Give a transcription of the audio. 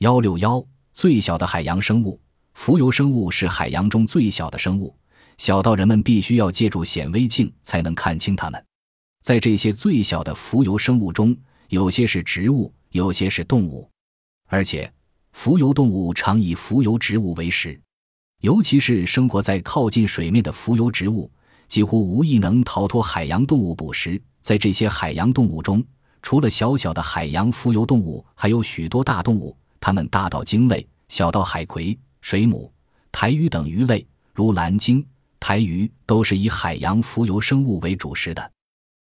161最小的海洋生物。浮游生物是海洋中最小的生物，小到人们必须要借助显微镜才能看清它们。在这些最小的浮游生物中，有些是植物，有些是动物，而且浮游动物常以浮游植物为食，尤其是生活在靠近水面的浮游植物，几乎无一能逃脱海洋动物捕食。在这些海洋动物中，除了小小的海洋浮游动物，还有许多大动物，它们大到鲸类，小到海葵、水母、台鱼等鱼类，如蓝鲸、台鱼都是以海洋浮游生物为主食的。